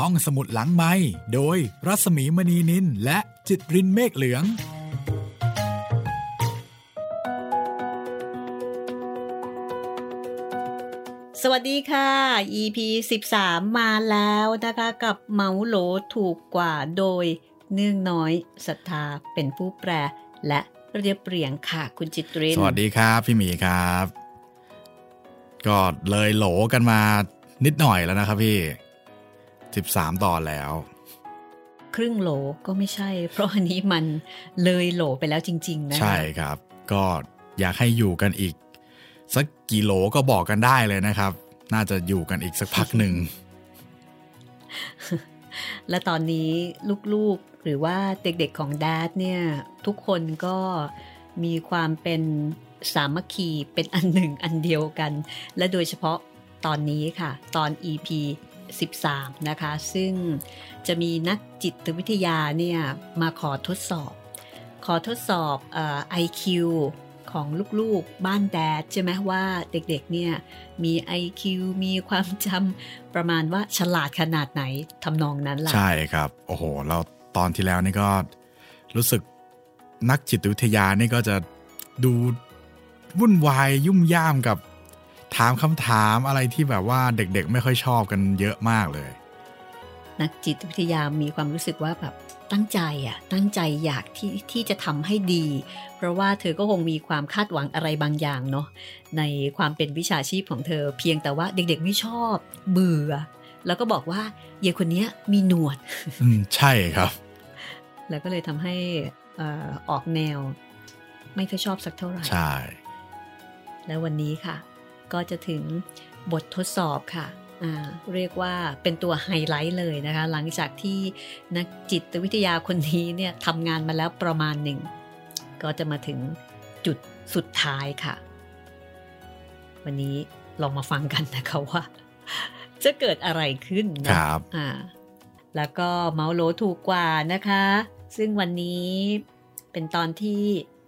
ห้องสมุดหลังไมค์โดยรัศมีมณีนินและจิตรินเมฆเหลืองสวัสดีค่ะ EP 13มาแล้วนะคะกับเมาโหลถูกกว่าโดยเนื่องน้อยศรัทธาเป็นผู้แปลและเรียบเรียงค่ะคุณจิตรินสวัสดีครับพี่หมีครับก็เลยโหลกันมานิดหน่อยแล้วนะครับพี่13ตอนแล้วครึ่งโหลก็ไม่ใช่เพราะอันนี้มันเลยโหลไปแล้วจริงๆนะใช่ครับก็อยากให้อยู่กันอีกสักกี่โหลก็บอกกันได้เลยนะครับน่าจะอยู่กันอีกสักพักหนึ่งและตอนนี้ลูกๆหรือว่าเด็กๆของแดดเนี่ยทุกคนก็มีความเป็นสามัคคีเป็นอันหนึ่งอันเดียวกันและโดยเฉพาะตอนนี้ค่ะตอน EP 13นะคะซึ่งจะมีนักจิตวิทยาเนี่ยมาขอทดสอบIQ ของลูกๆบ้านแดดใช่ไหมว่าเด็กๆเนี่ยมี IQ มีความจำประมาณว่าฉลาดขนาดไหนทำนองนั้นล่ะใช่ครับโอ้โหเราตอนที่แล้วนี่ก็รู้สึกนักจิตวิทยานี่ก็จะดูวุ่นวายยุ่มย่ามกับถามคำถามอะไรที่แบบว่าเด็กๆไม่ค่อยชอบกันเยอะมากเลยนักจิตวิทยามีความรู้สึกว่าแบบตั้งใจอยากที่จะทำให้ดีเพราะว่าเธอก็คงมีความคาดหวังอะไรบางอย่างเนาะในความเป็นวิชาชีพของเธอเพียงแต่ว่าเด็กๆไม่ชอบเบื่อแล้วก็บอกว่าเยายคนนี้มีหนวดใช่ครับแล้วก็เลยทำให้ออกแนวไม่ค่อยชอบสักเท่าไหร่ใช่แล้ววันนี้ค่ะก็จะถึงบททดสอบค่ะเรียกว่าเป็นตัวไฮไลท์เลยนะคะหลังจากที่นักจิตวิทยาคนนี้เนี่ยทำงานมาแล้วประมาณหนึ่งก็จะมาถึงจุดสุดท้ายค่ะวันนี้ลองมาฟังกันนะคะว่าจะเกิดอะไรขึ้นนะครับแล้วก็เมาโหลถูกกว่านะคะซึ่งวันนี้เป็นตอนที่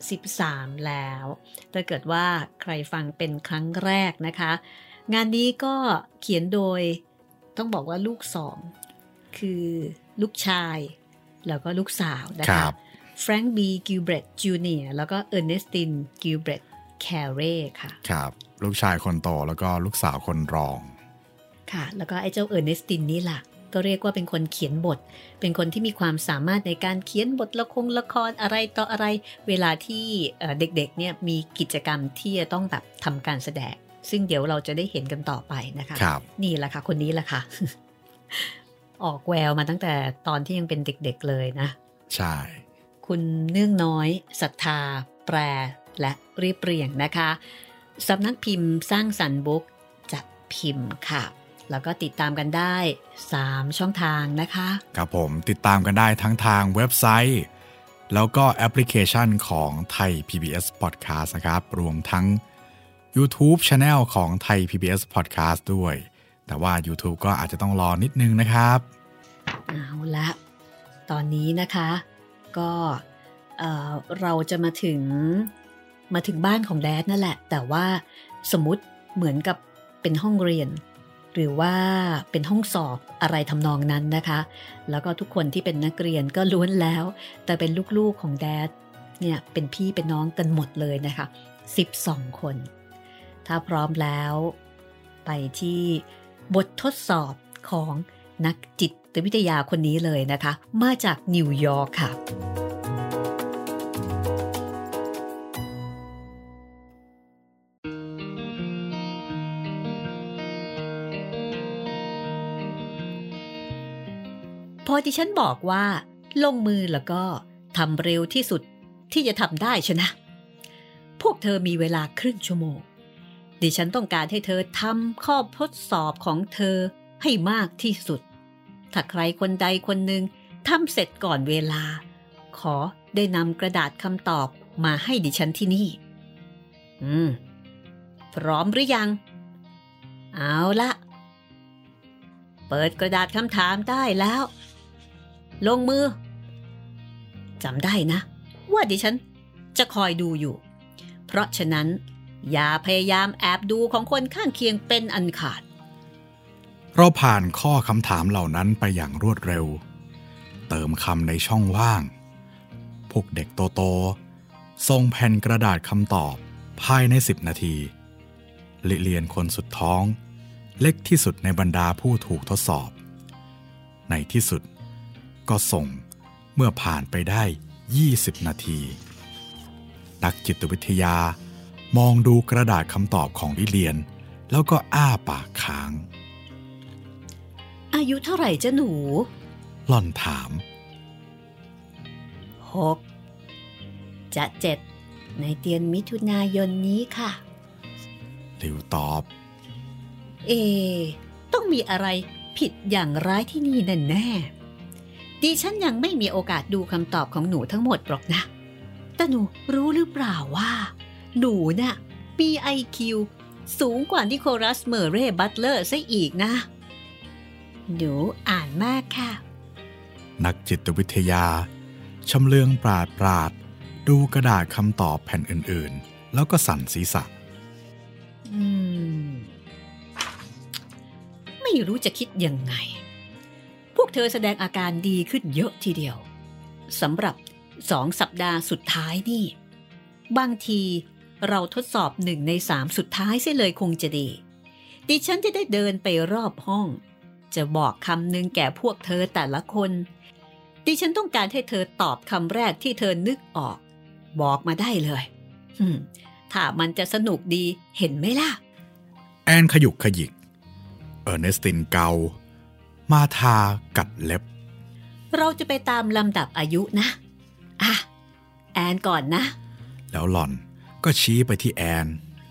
13แล้วถ้าเกิดว่าใครฟังเป็นครั้งแรกนะคะงานนี้ก็เขียนโดยต้องบอกว่าลูกสองคือลูกชายแล้วก็ลูกสาวนะคะแฟรงค์บีกิลเบรตจูเนียร์แล้วก็เออร์เนสตินกิลเบรตแคเร่ค่ะครับลูกชายคนโตแล้วก็ลูกสาวคนรองค่ะแล้วก็ไอ้เจ้าเออร์เนสตินนี่ล่ะก็เรียกว่าเป็นคนเขียนบทเป็นคนที่มีความสามารถในการเขียนบทละครอะไรต่ออะไรเวลาที่เด็กๆเนี่ยมีกิจกรรมที่จะต้องแบบทำการแสดงซึ่งเดี๋ยวเราจะได้เห็นกันต่อไปนะคะนี่แหละค่ะคนนี้แหละค่ะ ออกแววมาตั้งแต่ตอนที่ยังเป็นเด็กๆเลยนะใช่คุณเนื่องน้อยศรัทธาแปลและเรียบเรียงนะคะสำนักพิมพ์สร้างสรรค์บุ๊กจัดพิมพ์ค่ะแล้วก็ติดตามกันได้3ช่องทางนะคะครับผมติดตามกันได้ทั้งทางเว็บไซต์แล้วก็แอปพลิเคชันของไทย PBS Podcast นะครับรวมทั้งYouTube Channel ของไทย PBS Podcast ด้วยแต่ว่า YouTube ก็อาจจะต้องรอนิดนึงนะครับเอาละตอนนี้นะคะก็เราจะมาถึงบ้านของแดดนั่นแหละแต่ว่าสมมุติเหมือนกับเป็นห้องเรียนหรือว่าเป็นห้องสอบอะไรทำนองนั้นนะคะแล้วก็ทุกคนที่เป็นนักเรียนก็ล้วนแล้วแต่เป็นลูกๆของแดดเนี่ยเป็นพี่เป็นน้องกันหมดเลยนะคะ12คนถ้าพร้อมแล้วไปที่บททดสอบของนักจิตวิทยาคนนี้เลยนะคะมาจากนิวยอร์กค่ะพอที่ฉันบอกว่าลงมือแล้วก็ทำเร็วที่สุดที่จะทำได้ชนะพวกเธอมีเวลาครึ่งชั่วโมงดิฉันต้องการให้เธอทำข้อทดสอบของเธอให้มากที่สุดถ้าใครคนใดคนหนึ่งทำเสร็จก่อนเวลาขอได้นำกระดาษคำตอบมาให้ดิฉันที่นี่พร้อมหรือยังเอาละเปิดกระดาษคำถามได้แล้วลงมือจำได้นะว่าดิฉันจะคอยดูอยู่เพราะฉะนั้นอย่าพยายามแอบดูของคนข้างเคียงเป็นอันขาดเราผ่านข้อคำถามเหล่านั้นไปอย่างรวดเร็วเติมคำในช่องว่างพวกเด็กโตๆส่งแผ่นกระดาษคำตอบภายใน10 นาทีลิเลียนคนสุดท้องเล็กที่สุดในบรรดาผู้ถูกทดสอบในที่สุดก็ส่งเมื่อผ่านไปได้20 นาทีนักจิตวิทยามองดูกระดาษคำตอบของลิเลียนแล้วก็อ้าปากค้างอายุเท่าไหร่จ๊ะหนูหล่อนถาม 6จะ7ในเดือนมิถุนายนนี้ค่ะหลิวตอบต้องมีอะไรผิดอย่างร้ายที่นี่แน่ๆดิฉันยังไม่มีโอกาสดูคำตอบของหนูทั้งหมดหรอกนะแต่หนูรู้หรือเปล่าว่าหนูน่ะมี IQ สูงกว่านิโคลัสเมอร์เรย์บัตเลอร์ซะอีกนะหนูอ่านมากค่ะนักจิตวิทยาชำเลืองปราดดูกระดาษคำตอบแผ่นอื่นๆแล้วก็สั่นศีรษะไม่รู้จะคิดยังไงพวกเธอแสดงอาการดีขึ้นเยอะทีเดียวสำหรับ2 สัปดาห์สุดท้ายนี่บางทีเราทดสอบ1 ใน 3สุดท้ายเสียเลยคงจะดีดิฉันจะได้เดินไปรอบห้องจะบอกคำหนึ่งแก่พวกเธอแต่ละคนดิฉันต้องการให้เธอตอบคำแรกที่เธอนึกออกบอกมาได้เลยถ้ามันจะสนุกดีเห็นไหมล่ะแอนขยุกขยิกเออร์เนสตินเกามาทากัดเล็บเราจะไปตามลำดับอายุนะแอนก่อนนะแล้วหล่อนก็ชี้ไปที่แอน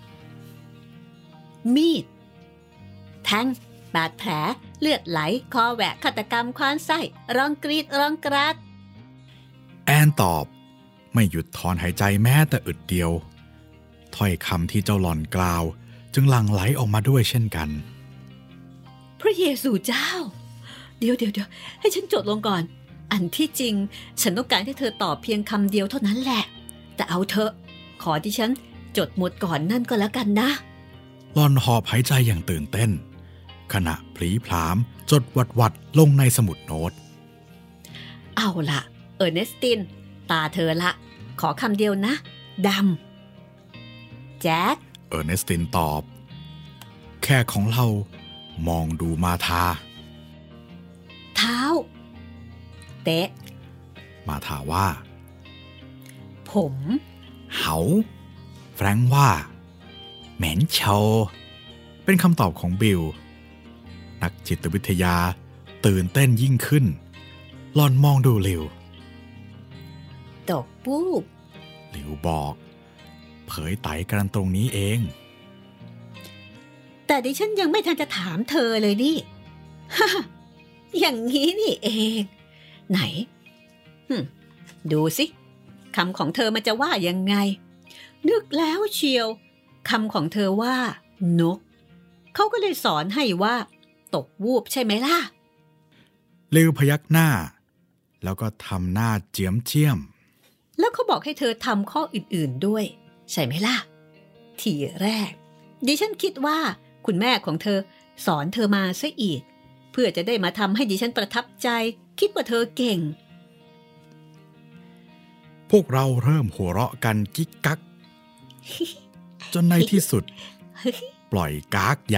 มีดแทงบาดแผลเลือดไหลคอแหวกฆาตกรรมคว้านไส้ร้องกรีดร้องกราดแอนตอบไม่หยุดถอนหายใจแม้แต่อึดเดียวถ้อยคำที่เจ้าหล่อนกล่าวจึงหลั่งไหลออกมาด้วยเช่นกันพระเยซูเจ้าเดี๋ยวให้ฉันจดลงก่อนอันที่จริงฉันต้องการให้เธอตอบเพียงคำเดียวเท่านั้นแหละแต่เอาเถอะขอที่ฉันจดหมดก่อนนั่นก็แล้วกันนะหล่อนหอบหายใจอย่างตื่นเต้นขณะพลีพลามจดวัดลงในสมุดโน้ตเอาล่ะเออร์เนสตินตาเธอละขอคำเดียวนะดำแจ็คเออร์เนสตินตอบแค่ของเรามองดูมาทาเท้าเตะมาทาว่าผมเหาแฟรงค์ว่าเหม็นโชเป็นคำตอบของบิลนักจิตวิทยาตื่นเต้นยิ่งขึ้นหล่อนมองดูหลิวตกปูบหลิวบอกเผยไตกันตรงนี้เองแต่ดิฉันยังไม่ทันจะถามเธอเลยนี่ อย่างนี้นี่เองไหนดูสิคำของเธอมันจะว่ายังไงนึกแล้วเชียวคำของเธอว่านกเขาก็เลยสอนให้ว่าตกวูบใช่ไหมล่ะหลิวพยักหน้าแล้วก็ทำหน้าเจียมเจียมแล้วเขาบอกให้เธอทำข้ออื่นๆด้วยใช่ไหมล่ะทีแรกดิฉันคิดว่าคุณแม่ของเธอสอนเธอมาซะอีกเพื่อจะได้มาทำให้ดิฉันประทับใจคิดว่าเธอเก่งพวกเราเริ่มหัวเราะกันกิ๊กกักจนในที่สุดปล่อยกากใหญ่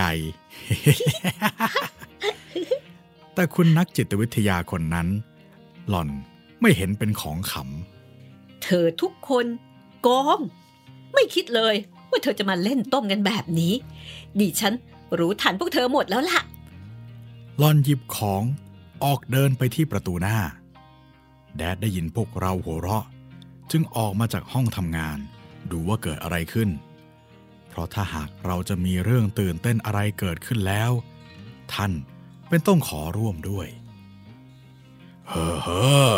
แต่คุณนักจิตวิทยาคนนั้นหล่อนไม่เห็นเป็นของขำเธอทุกคนโกงไม่คิดเลยว่าเธอจะมาเล่นต้มกันแบบนี้ดิฉันรู้ทันพวกเธอหมดแล้วล่ะหล่อนหยิบของออกเดินไปที่ประตูหน้าแดดได้ยินพวกเราหัวเราะจึงออกมาจากห้องทำงานดูว่าเกิดอะไรขึ้นเพราะถ้าหากเราจะมีเรื่องตื่นเต้นอะไรเกิดขึ้นแล้วท่านเป็นต้องขอร่วมด้วยเฮ้อ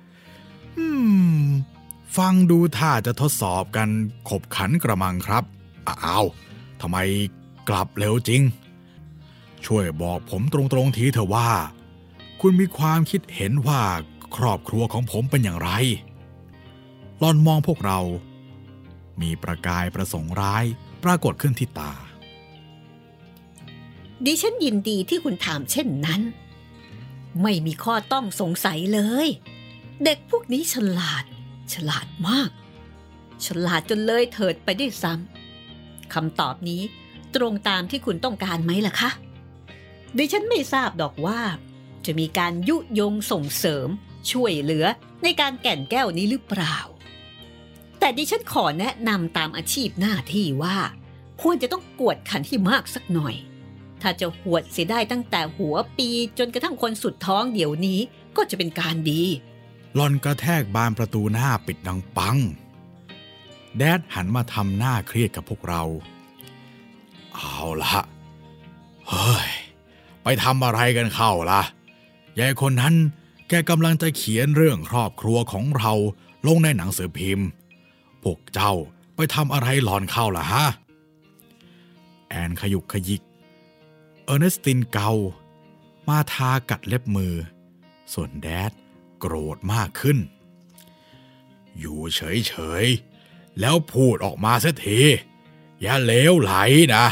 ฟังดูท่าจะทดสอบกันขบขันกระมังครับอ้าวทำไมกลับเร็วจริงช่วยบอกผมตรงๆทีเถอะว่าคุณมีความคิดเห็นว่าครอบครัวของผมเป็นอย่างไรหล่อนมองพวกเรามีประกายประสงค์ร้ายปรากฏขึ้นที่ตาดิฉันยินดีที่คุณถามเช่นนั้นไม่มีข้อต้องสงสัยเลยเด็กพวกนี้ฉลาดมากฉลาดจนเลยเถิดไปได้ซ้ำคำตอบนี้ตรงตามที่คุณต้องการไหมล่ะคะดิฉันไม่ทราบดอกว่าจะมีการยุยงส่งเสริมช่วยเหลือในการแก่นแก้วนี้หรือเปล่าแต่ดิฉันขอแนะนำตามอาชีพหน้าที่ว่าควรจะต้องกวดขันให้มากสักหน่อยถ้าจะหวดเสียได้ตั้งแต่หัวปีจนกระทั่งคนสุดท้องเดี๋ยวนี้ก็จะเป็นการดีหล่อนกระแทกบานประตูหน้าปิดดังปังแดดหันมาทำหน้าเครียดกับพวกเราเอาละเฮ้ยไปทำอะไรกันเข้าล่ะยายคนนั้นแกกำลังจะเขียนเรื่องครอบครัวของเราลงในหนังสือพิมพ์พวกเจ้าไปทำอะไรหลอนเข้าล่ะฮะแอนขยุกขยิกเออร์เนสตินเกามาทากัดเล็บมือส่วนแดดโกรธมากขึ้นอยู่เฉยๆแล้วพูดออกมาเสียทีอย่าเหลวไหลนะ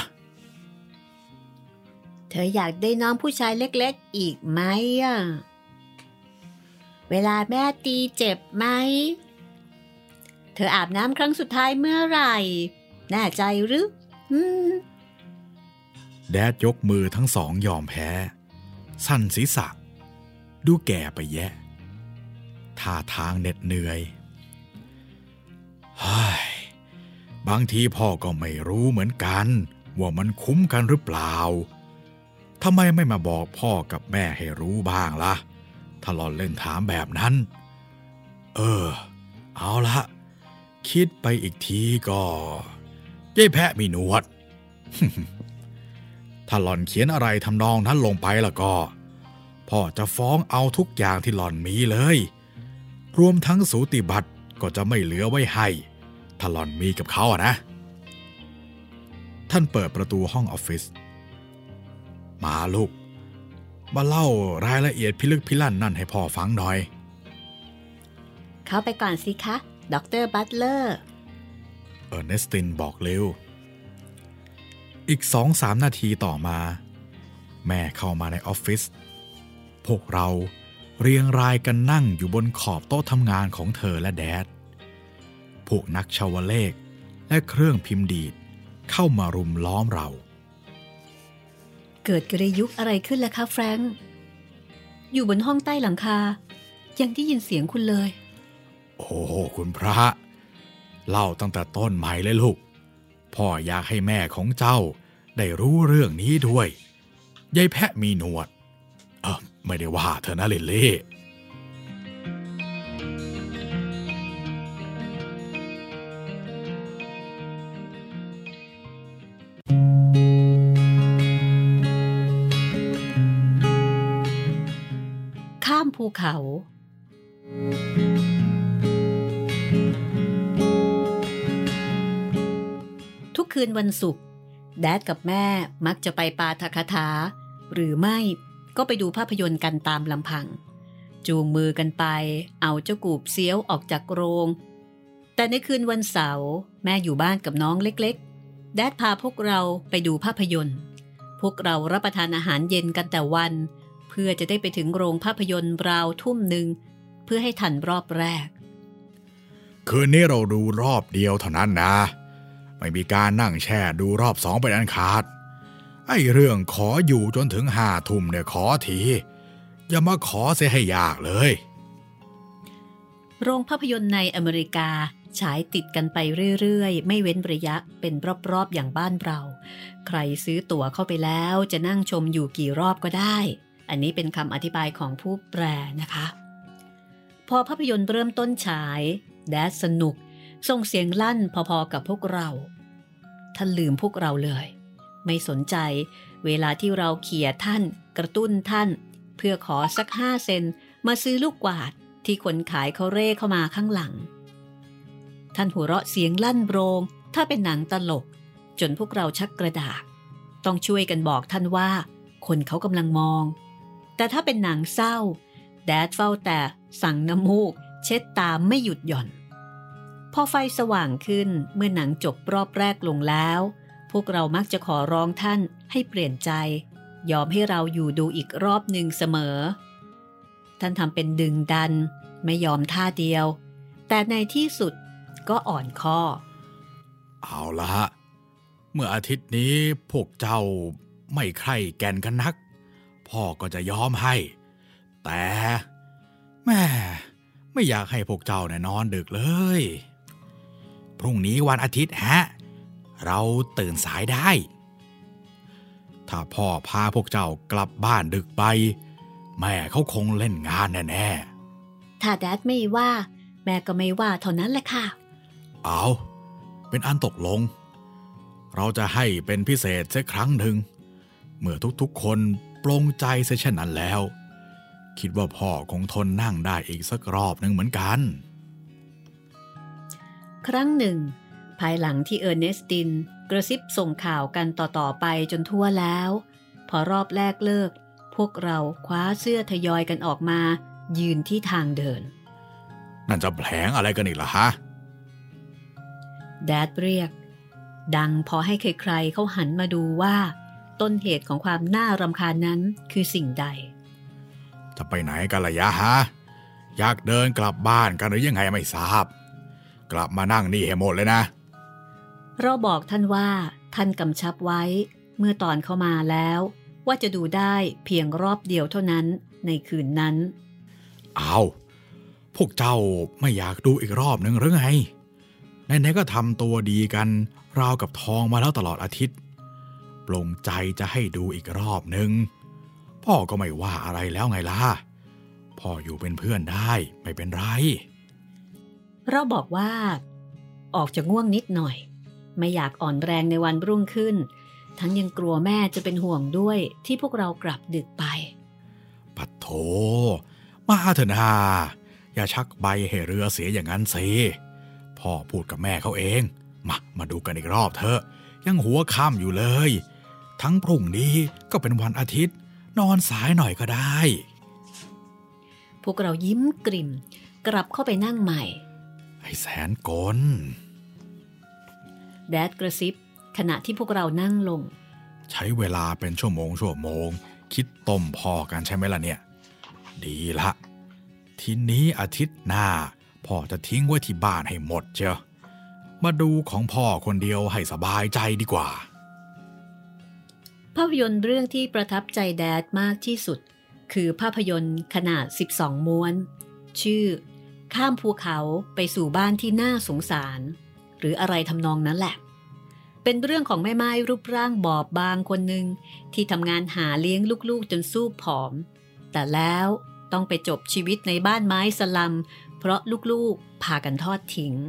เธออยากได้น้องผู้ชายเล็กๆอีกไหมอ่ะเวลาแม่ตีเจ็บไหมเธออาบน้ำครั้งสุดท้ายเมื่อไหร่แน่ใจหรือแดดยกมือทั้งสองยอมแพ้สั่นศีรษะดูแก่ไปแยะท่าทางเหน็ดเหนื่อยบางทีพ่อก็ไม่รู้เหมือนกันว่ามันคุ้มกันหรือเปล่าทำไมไม่มาบอกพ่อกับแม่ให้รู้บ้างล่ะถ้าหล่อนเล่นถามแบบนั้นเอาละคิดไปอีกทีก็ยายแพะมีหนวด ถ้าหล่อนเขียนอะไรทำนองนั้นลงไปแล้วก็พ่อจะฟ้องเอาทุกอย่างที่หล่อนมีเลยรวมทั้งสูติบัตรก็จะไม่เหลือไว้ให้ถ้าหล่อนมีกับเขาอะนะท่านเปิดประตูห้องออฟฟิศมาลูกมาเล่ารายละเอียดพิลึกพิลั่นนั่นให้พ่อฟังหน่อยเข้าไปก่อนสิคะดร.บัตเลอร์เออร์เนสตินบอกเร็วอีก 2-3 นาทีต่อมาแม่เข้ามาในออฟฟิศพวกเราเรียงรายกันนั่งอยู่บนขอบโต๊ะทำงานของเธอและแดดพวกนักชาวเลขและเครื่องพิมพ์ดีดเข้ามารุมล้อมเราเกิดกระยุกอะไรขึ้นล่ะคะแฟรงค์อยู่บนห้องใต้หลังคายังได้ยินเสียงคุณเลยโอ้คุณพระเล่าตั้งแต่ต้นใหม่เลยลูกพ่ออยากให้แม่ของเจ้าได้รู้เรื่องนี้ด้วยยายแพะมีหนวดไม่ได้ว่าเธอนะลิลลี่ข้ามภูเขาทุกคืนวันศุกร์แดดกับแม่มักจะไปปาฐกถาหรือไม่ก็ไปดูภาพยนตร์กันตามลำพังจูงมือกันไปเอาเจ้ากูบเสี้ยวออกจากโรงแต่ในคืนวันเสาร์แม่อยู่บ้านกับน้องเล็กๆแดดพาพวกเราไปดูภาพยนตร์พวกเรารับประทานอาหารเย็นกันแต่วันเพื่อจะได้ไปถึงโรงภาพยนตร์ราว 19:00 นเพื่อให้ทันรอบแรกคืนนี้เราดูรอบเดียวเท่านั้นนะไม่มีการนั่งแช่ดูรอบ2เป็นอันขาดไอ้เรื่องขออยู่จนถึง5 ทุ่มเนี่ยขอทีอย่ามาขอเสียให้ยากเลยโรงภาพยนตร์ในอเมริกาฉายติดกันไปเรื่อยๆไม่เว้นระยะเป็นรอบๆอย่างบ้านเราใครซื้อตั๋วเข้าไปแล้วจะนั่งชมอยู่กี่รอบก็ได้อันนี้เป็นคำอธิบายของผู้แปลนะคะพอภาพยนตร์เริ่มต้นฉายแดดสนุกส่งเสียงลั่นพอๆกับพวกเราท่านลืมพวกเราเลยไม่สนใจเวลาที่เราเขี่ยท่านกระตุ้นท่านเพื่อขอสัก5 เซนมาซื้อลูกกวาดที่คนขายเขาเร่เข้ามาข้างหลังท่านหัวเราะเสียงลั่นโบรงถ้าเป็นหนังตลกจนพวกเราชักกระดากต้องช่วยกันบอกท่านว่าคนเขากำลังมองแต่ถ้าเป็นหนังเศร้าแดดเฝ้าแต่สั่งน้ำมูกเช็ดตาไม่หยุดหย่อนพอไฟสว่างขึ้นเมื่อหนังจบรอบแรกลงแล้วพวกเรามักจะขอร้องท่านให้เปลี่ยนใจยอมให้เราอยู่ดูอีกรอบหนึ่งเสมอท่านทำเป็นดึงดันไม่ยอมท่าเดียวแต่ในที่สุดก็อ่อนข้อเอาละเมื่ออาทิตย์นี้พวกเจ้าไม่ใคร่แก่นกันนักพ่อก็จะยอมให้แต่แม่ไม่อยากให้พวกเจ้าเนี่ยนอนดึกเลยพรุ่งนี้วันอาทิตย์ฮะเราตื่นสายได้ถ้าพ่อพาพวกเจ้ากลับบ้านดึกไปแม่เขาคงเล่นงานแน่ๆถ้าแดดไม่ว่าแม่ก็ไม่ว่าเท่านั้นแหละค่ะเอาเป็นอันตกลงเราจะให้เป็นพิเศษสักครั้งหนึ่งเมื่อทุกๆคนปลงใจเสียเช่นนั้นแล้วคิดว่าพ่อคงทนนั่งได้อีกสักรอบหนึ่งเหมือนกันครั้งหนึ่งภายหลังที่เออร์เนสตินกระซิบส่งข่าวกันต่อไปจนทั่วแล้วพอรอบแรกเลิกพวกเราคว้าเสื้อทยอยกันออกมายืนที่ทางเดินนั่นจะแผลงอะไรกันอีกล่ะฮะแดดเรียกดังพอให้ใครๆเขาหันมาดูว่าต้นเหตุของความน่ารำคาญนั้นคือสิ่งใดจะไปไหนกันล่ะยะฮะอยากเดินกลับบ้านกันหรือยังไงไม่ทราบกลับมานั่งนี่ให้หมดเลยนะเราบอกท่านว่าท่านกำชับไว้เมื่อตอนเข้ามาแล้วว่าจะดูได้เพียงรอบเดียวเท่านั้นในคืนนั้นเอาพวกเจ้าไม่อยากดูอีกรอบนึงหรือไงไหนๆก็ทำตัวดีกันราวกับทองมาแล้วตลอดอาทิตย์ปลงใจจะให้ดูอีกรอบนึงพ่อก็ไม่ว่าอะไรแล้วไงล่ะพ่ออยู่เป็นเพื่อนได้ไม่เป็นไรเราบอกว่าออกจะง่วงนิดหน่อยไม่อยากอ่อนแรงในวันรุ่งขึ้นทั้งยังกลัวแม่จะเป็นห่วงด้วยที่พวกเรากลับดึกไปปัดโถมาเถอะนาอย่าชักใบให้เรือเสียอย่างนั้นสิพ่อพูดกับแม่เขาเองมาดูกันอีกรอบเถอะยังหัวค่ำอยู่เลยทั้งพรุ่งนี้ก็เป็นวันอาทิตย์นอนสายหน่อยก็ได้พวกเรายิ้มกริ่มกลับเข้าไปนั่งใหม่ไอ้แสนกลแดดกระซิบขณะที่พวกเรานั่งลงใช้เวลาเป็นชั่วโมงคิดต้มพ่อกันใช่ไหมล่ะเนี่ยดีละทีนี้อาทิตย์หน้าพ่อจะทิ้งไว้ที่บ้านให้หมดเจ้ามาดูของพ่อคนเดียวให้สบายใจดีกว่าภาพยนตร์เรื่องที่ประทับใจแดดมากที่สุดคือภาพยนตร์ขนาด12ม้วนชื่อข้ามภูเขาไปสู่บ้านที่น่าสงสารหรืออะไรทำนองนั้นแหละเป็นเรื่องของแม่ไม้รูปร่างบอบบางคนหนึ่งที่ทำงานหาเลี้ยงลูกๆจนสู้ผอมแต่แล้วต้องไปจบชีวิตในบ้านไม้สลัมเพราะลูกๆพากันทอดทิ้ง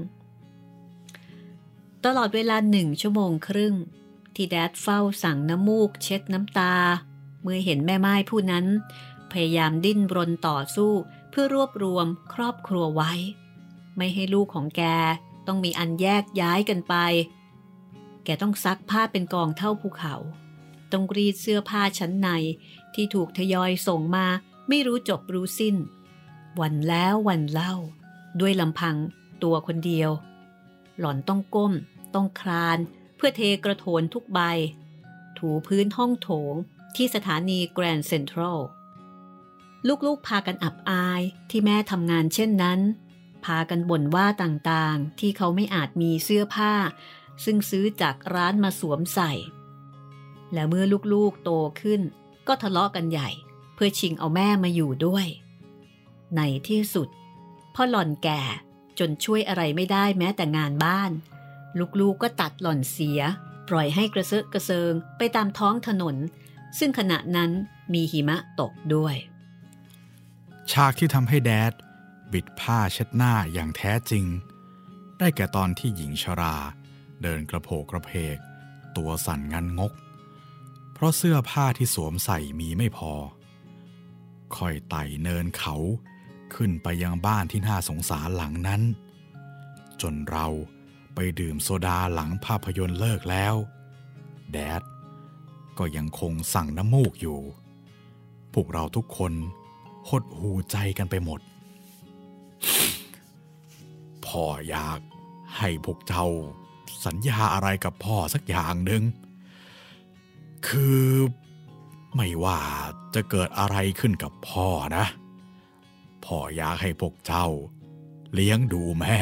ตลอดเวลา1 ชั่วโมงครึ่งที่แดดเฝ้าสั่งน้ำมูกเช็ดน้ำตาเมื่อเห็นแม่ไม้ผู้นั้นพยายามดิ้นรนต่อสู้เพื่อรวบรวมครอบครัวไว้ไม่ให้ลูกของแกต้องมีอันแยกย้ายกันไปแกต้องซักผ้าเป็นกองเท่าภูเขาต้องรีดเสื้อผ้าชั้นในที่ถูกทยอยส่งมาไม่รู้จบรู้สิ้นวันแล้ววันเล่าด้วยลำพังตัวคนเดียวหล่อนต้องก้มต้องคลานเพื่อเทกระโถนทุกใบถูพื้นห้องโถงที่สถานีแกรนด์เซ็นทรัลลูกๆพากันอับอายที่แม่ทำงานเช่นนั้นพากันบ่นว่าต่างๆที่เขาไม่อาจมีเสื้อผ้าซึ่งซื้อจากร้านมาสวมใส่และเมื่อลูกๆโตขึ้นก็ทะเลาะกันใหญ่เพื่อชิงเอาแม่มาอยู่ด้วยในที่สุดพ่อหล่อนแก่จนช่วยอะไรไม่ได้แม้แต่งานบ้านลูกๆก็ตัดหล่อนเสียปล่อยให้กระเซาะกระเซิงไปตามท้องถนนซึ่งขณะนั้นมีหิมะตกด้วยฉากที่ทำให้แดดบิดผ้าเช็ดหน้าอย่างแท้จริงได้แก่ตอนที่หญิงชราเดินกระโผกกระเพกตัวสั่นงันงกเพราะเสื้อผ้าที่สวมใส่มีไม่พอค่อยไต่เนินเขาขึ้นไปยังบ้านที่น่าสงสารหลังนั้นจนเราไปดื่มโซดาหลังภาพยนตร์เลิกแล้วแดดก็ยังคงสั่งน้ำมูกอยู่พวกเราทุกคนหดหู่ใจกันไปหมดพ่ออยากให้พวกเจ้าสัญญาอะไรกับพ่อสักอย่างหนึ่งคือไม่ว่าจะเกิดอะไรขึ้นกับพ่อนะพ่ออยากให้พวกเจ้าเลี้ยงดูแม่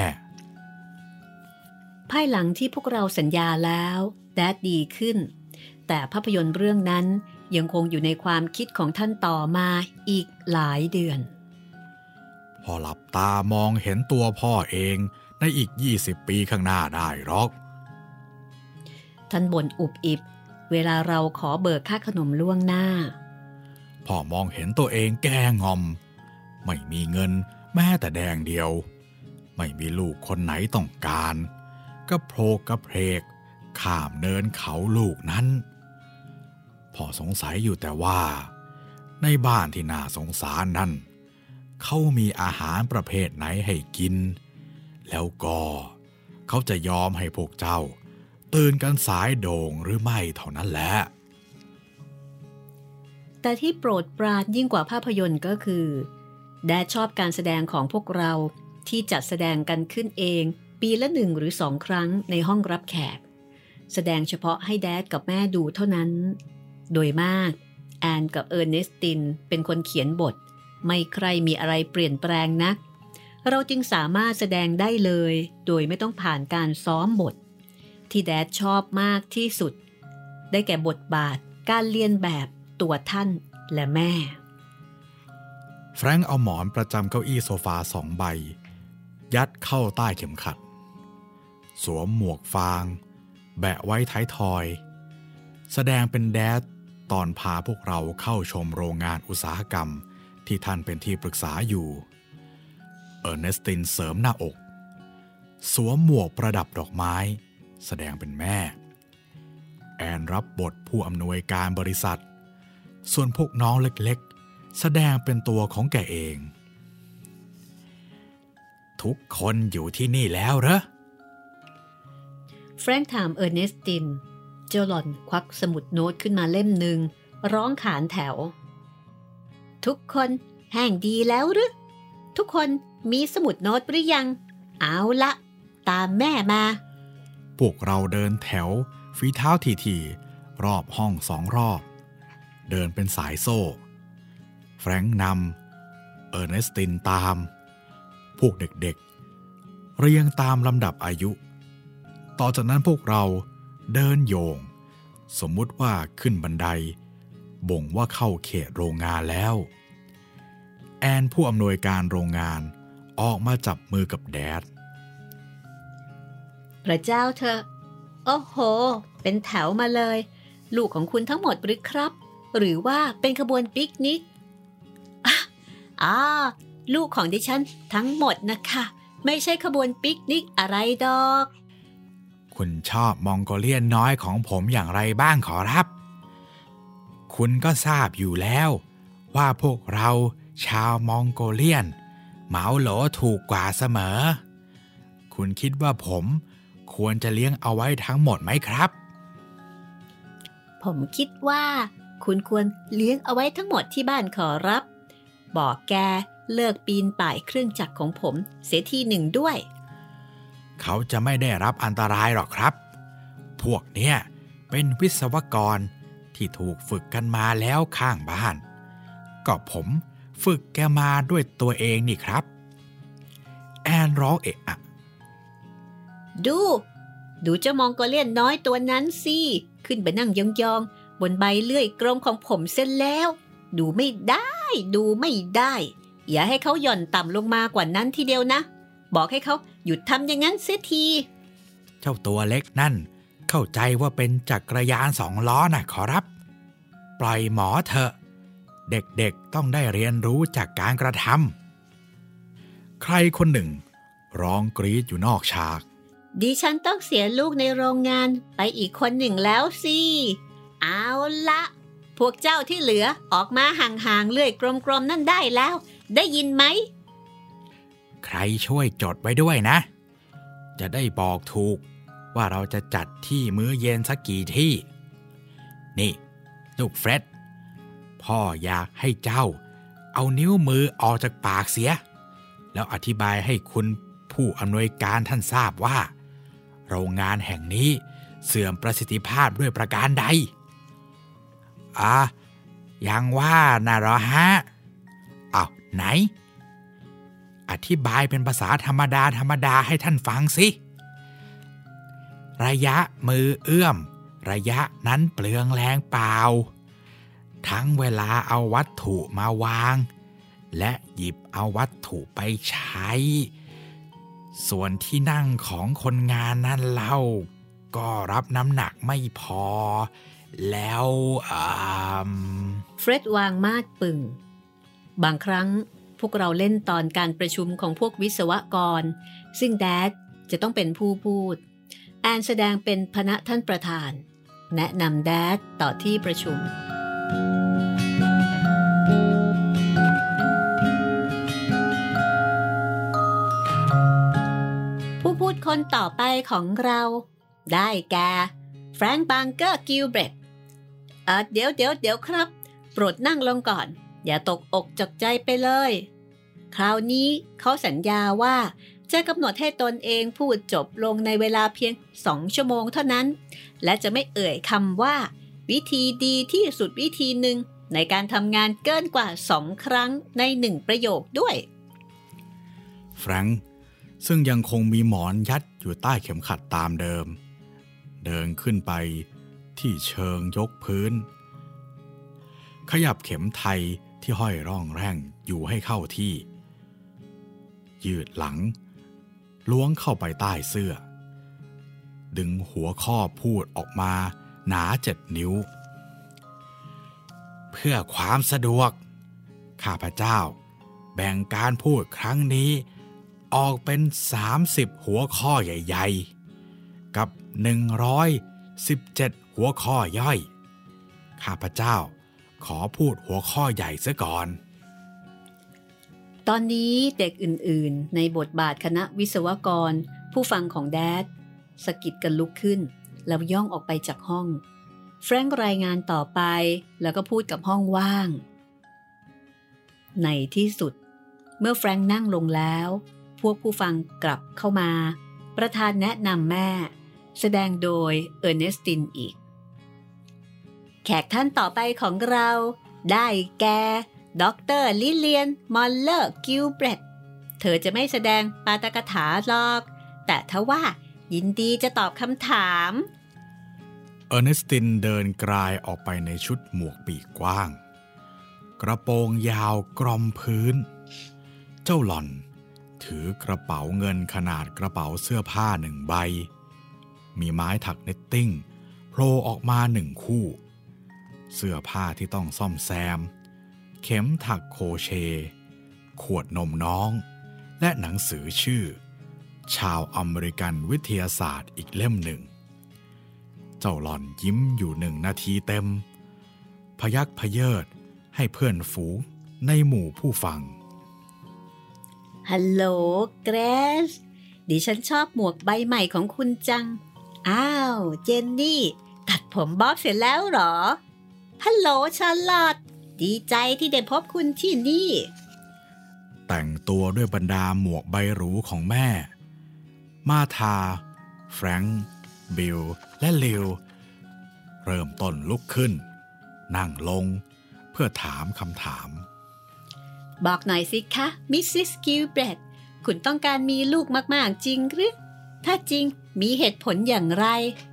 ภายหลังที่พวกเราสัญญาแล้วแดดดีขึ้นแต่ภาพยนตร์เรื่องนั้นยังคงอยู่ในความคิดของท่านต่อมาอีกหลายเดือนพอหลับตามองเห็นตัวพ่อเองในอีก20 ปีข้างหน้าได้หรอกท่านบ่นอุบอิบเวลาเราขอเบิกค่าขนมล่วงหน้าพ่อมองเห็นตัวเองแก่งอมไม่มีเงินแม้แต่แดงเดียวไม่มีลูกคนไหนต้องการก็โผล่กระเพกข้ามเนินเขาลูกนั้นพ่อสงสัยอยู่แต่ว่าในบ้านที่น่าสงสารนั้นเขามีอาหารประเภทไหนให้กินแล้วก็เขาจะยอมให้พวกเจ้าตื่นกันสายโด่งหรือไม่เท่านั้นแหละแต่ที่โปรดปรานยิ่งกว่าภาพยนตร์ก็คือแดดชอบการแสดงของพวกเราที่จัดแสดงกันขึ้นเองปีละ1 หรือ 2 ครั้งในห้องรับแขกแสดงเฉพาะให้แดดกับแม่ดูเท่านั้นโดยมากแอนกับเออร์เนสตินเป็นคนเขียนบทไม่ใครมีอะไรเปลี่ยนแปลงนักเราจึงสามารถแสดงได้เลยโดยไม่ต้องผ่านการซ้อมบทที่แดดชอบมากที่สุดได้แก่บทบาทการเลียนแบบตัวท่านและแม่แฟรงค์เอาหมอนประจำเก้าอี้โซฟา2 ใบยัดเข้าใต้เข็มขัดสวมหมวกฟางแบะไว้ท้ายทอยแสดงเป็นแดดตอนพาพวกเราเข้าชมโรงงานอุตสาหกรรมที่ท่านเป็นที่ปรึกษาอยู่เออร์เนสตินเสริมหน้าอกสวมหมวกประดับดอกไม้แสดงเป็นแม่แอนรับบทผู้อำนวยการบริษัทส่วนพวกน้องเล็กๆแสดงเป็นตัวของแกเองทุกคนอยู่ที่นี่แล้วเหรอแฟรงค์ถามเออร์เนสตินเจ้าหล่อนควักสมุดโน้ตขึ้นมาเล่มหนึ่งร้องขานแถวทุกคนแห้งดีแล้วหรือทุกคนมีสมุดโน้ตหรือยังเอาละตามแม่มาพวกเราเดินแถวฝีเท้าถี่ๆรอบห้อง2 รอบเดินเป็นสายโซ่แฟรงค์นำเออร์เนสตินตามพวกเด็กๆเรียงตามลำดับอายุต่อจากนั้นพวกเราเดินโยงสมมุติว่าขึ้นบันไดบ่งว่าเข้าเขตโรงงานแล้วแอนผู้อำนวยการโรงงานออกมาจับมือกับแดดพระเจ้าเธอโอ้โหเป็นแถวมาเลยลูกของคุณทั้งหมดหรือครับหรือว่าเป็นขบวนปิกนิกลูกของดิฉันทั้งหมดนะคะไม่ใช่ขบวนปิกนิกอะไรดอกคุณชอบมองโกเลียนน้อยของผมอย่างไรบ้างขอรับคุณก็ทราบอยู่แล้วว่าพวกเราชาวมองโกเลียนเหมาโหลถูกกว่าเสมอคุณคิดว่าผมควรจะเลี้ยงเอาไว้ทั้งหมดไหมครับผมคิดว่าคุณควรเลี้ยงเอาไว้ทั้งหมดที่บ้านขอรับบอกแกเลิกปีนป่ายเครื่องจักรของผมเสียทีหนึ่งด้วยเขาจะไม่ได้รับอันตรายหรอกครับพวกเนี้ยเป็นวิศวกรที่ถูกฝึกกันมาแล้วข้างบ้านก็ผมฝึกแกมาด้วยตัวเองนี่ครับแอนร้องเอะอะดูเจ้ามองโกเลียนน้อยตัวนั้นสิขึ้นไปนั่งยองๆบนใบเลื่อยกลมของผมเส้นแล้วดูไม่ได้อย่าให้เขาหย่อนต่ำลงมากว่านั้นทีเดียวนะบอกให้เขาหยุดทำอย่างนั้นเสียทีเจ้าตัวเล็กนั่นเข้าใจว่าเป็นจักรยาน2 ล้อน่ะขอรับปล่อยหมอเถอะเด็กๆต้องได้เรียนรู้จากการกระทำใครคนหนึ่งร้องกรี๊ดอยู่นอกฉากดิฉันต้องเสียลูกในโรงงานไปอีกคนหนึ่งแล้วสิเอาละพวกเจ้าที่เหลือออกมาห่างๆเลื่อยกลมๆนั่นได้แล้วได้ยินไหมใครช่วยจดไว้ด้วยนะจะได้บอกถูกว่าเราจะจัดที่มื้อเย็นสักกี่ที่นี่ลูกเฟร็ดพ่ออยากให้เจ้าเอานิ้วมือออกจากปากเสียแล้วอธิบายให้คุณผู้อำนวยการท่านทราบว่าโรงงานแห่งนี้เสื่อมประสิทธิภาพด้วยประการใดยังว่าน่ะเหรอฮะอ้าวไหนอธิบายเป็นภาษาธรรมดาให้ท่านฟังสิระยะมือเอื้อมระยะนั้นเปลืองแรงเปล่าทั้งเวลาเอาวัตถุมาวางและหยิบเอาวัตถุไปใช้ส่วนที่นั่งของคนงานนั้นเล่าก็รับน้ำหนักไม่พอแล้วเฟร็ดวางมาดปึ่งบางครั้งพวกเราเล่นตอนการประชุมของพวกวิศวกรซึ่งแดดจะต้องเป็นผู้พูดแอนแสดงเป็นพนะท่านประธานแนะนำแดดต่อที่ประชุมผู้พูดคนต่อไปของเราได้แก่แฟรงค์ บังเกอร์ กิลเบรตเดี๋ยวครับโปรดนั่งลงก่อนอย่าตกอกตกใจไปเลยคราวนี้เขาสัญญาว่าจะกำหนดให้ตนเองพูดจบลงในเวลาเพียง2 ชั่วโมงเท่านั้นและจะไม่เอ่ยคำว่าวิธีดีที่สุดวิธีหนึ่งในการทำงานเกินกว่า2 ครั้งใน1 ประโยคด้วยแฟรงค์ซึ่งยังคงมีหมอนยัดอยู่ใต้เข็มขัดตามเดิมเดินขึ้นไปที่เชิงยกพื้นขยับเข็มไทยที่ห้อยร่องแร่งอยู่ให้เข้าที่ยืดหลังล้วงเข้าไปใต้เสื้อดึงหัวข้อพูดออกมาหนา7 นิ้วเพื่อความสะดวกข้าพเจ้าแบ่งการพูดครั้งนี้ออกเป็น30 หัวข้อใหญ่ๆกับ117 หัวข้อย่อยข้าพเจ้าขอพูดหัวข้อใหญ่ซะก่อนตอนนี้เด็กอื่นๆในบทบาทคณะวิศวกรผู้ฟังของแดดสะกิดกันลุกขึ้นแล้วย่องออกไปจากห้องแฟรงค์รายงานต่อไปแล้วก็พูดกับห้องว่างในที่สุดเมื่อแฟรงค์นั่งลงแล้วพวกผู้ฟังกลับเข้ามาประธานแนะนำแม่แสดงโดยเออร์เนสตินอีกแขกท่านต่อไปของเราได้แก่ดร.ลิเลียน มอลเลอร์ กิลเบรตเธอจะไม่แสดงปาฐกถาหรอกแต่ทว่ายินดีจะตอบคำถามเออร์เนสตินเดินกลายออกไปในชุดหมวกปีกกว้างกระโปรงยาวกรอมพื้นเจ้าหล่อนถือกระเป๋าเงินขนาดกระเป๋าเสื้อผ้า1 ใบมีไม้ถักเนตติ้งโผล่ออกมา1 คู่เสื้อผ้าที่ต้องซ่อมแซมเข็มถักโครเชต์ขวดนมน้องและหนังสือชื่อชาวอเมริกันวิทยาศาสตร์อีกเล่ม 1เจ้าหล่อนยิ้มอยู่1 นาทีเต็มพยักพเยิดให้เพื่อนฝูงในหมู่ผู้ฟังฮัลโหลเกรซดิฉันชอบหมวกใบใหม่ของคุณจังอ้าวเจนนี่ตัดผมบ๊อบเสร็จแล้วเหรอฮัลโหลชาร์ลอตดีใจที่ได้พบคุณที่นี่แต่งตัวด้วยบรรดาหมวกใบหรูของแม่มาธาแฟรงค์บิลและลิวเริ่มต้นลุกขึ้นนั่งลงเพื่อถามคำถามบอกหน่อยสิคะมิสซิส กิลเบรตคุณต้องการมีลูกมากๆจริงหรือถ้าจริงมีเหตุผลอย่างไร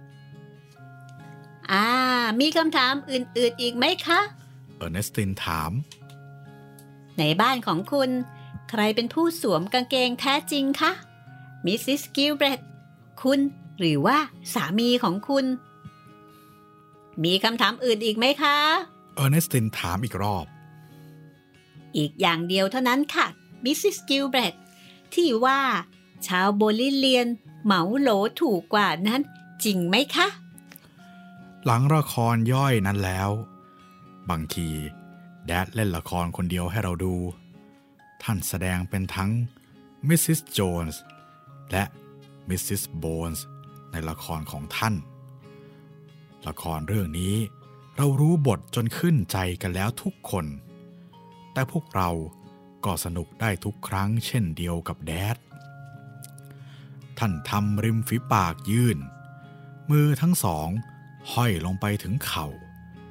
มีคำถามอื่นๆอีกไหมคะเออร์เนสตินถามในบ้านของคุณใครเป็นผู้สวมกางเกงแท้จริงคะมิสซิส กิลเบรตคุณหรือว่าสามีของคุณมีคำถามอื่นอีกไหมคะเออร์เนสตินถามอีกรอบอีกอย่างเดียวเท่านั้นค่ะมิสซิส กิลเบรตที่ว่าชาวโบลิเลียนเหมาโหลถูกกว่านั้นจริงไหมคะหลังละครย่อยนั้นแล้วบางทีแดดเล่นละครคนเดียวให้เราดูท่านแสดงเป็นทั้งมิสซิส โจนส์และมิสซิส โบนส์ในละครของท่านละครเรื่องนี้เรารู้บทจนขึ้นใจกันแล้วทุกคนแต่พวกเราก็สนุกได้ทุกครั้งเช่นเดียวกับแดดท่านทำริมฝีปากยื่นมือทั้ง2ห้อยลงไปถึงเข่า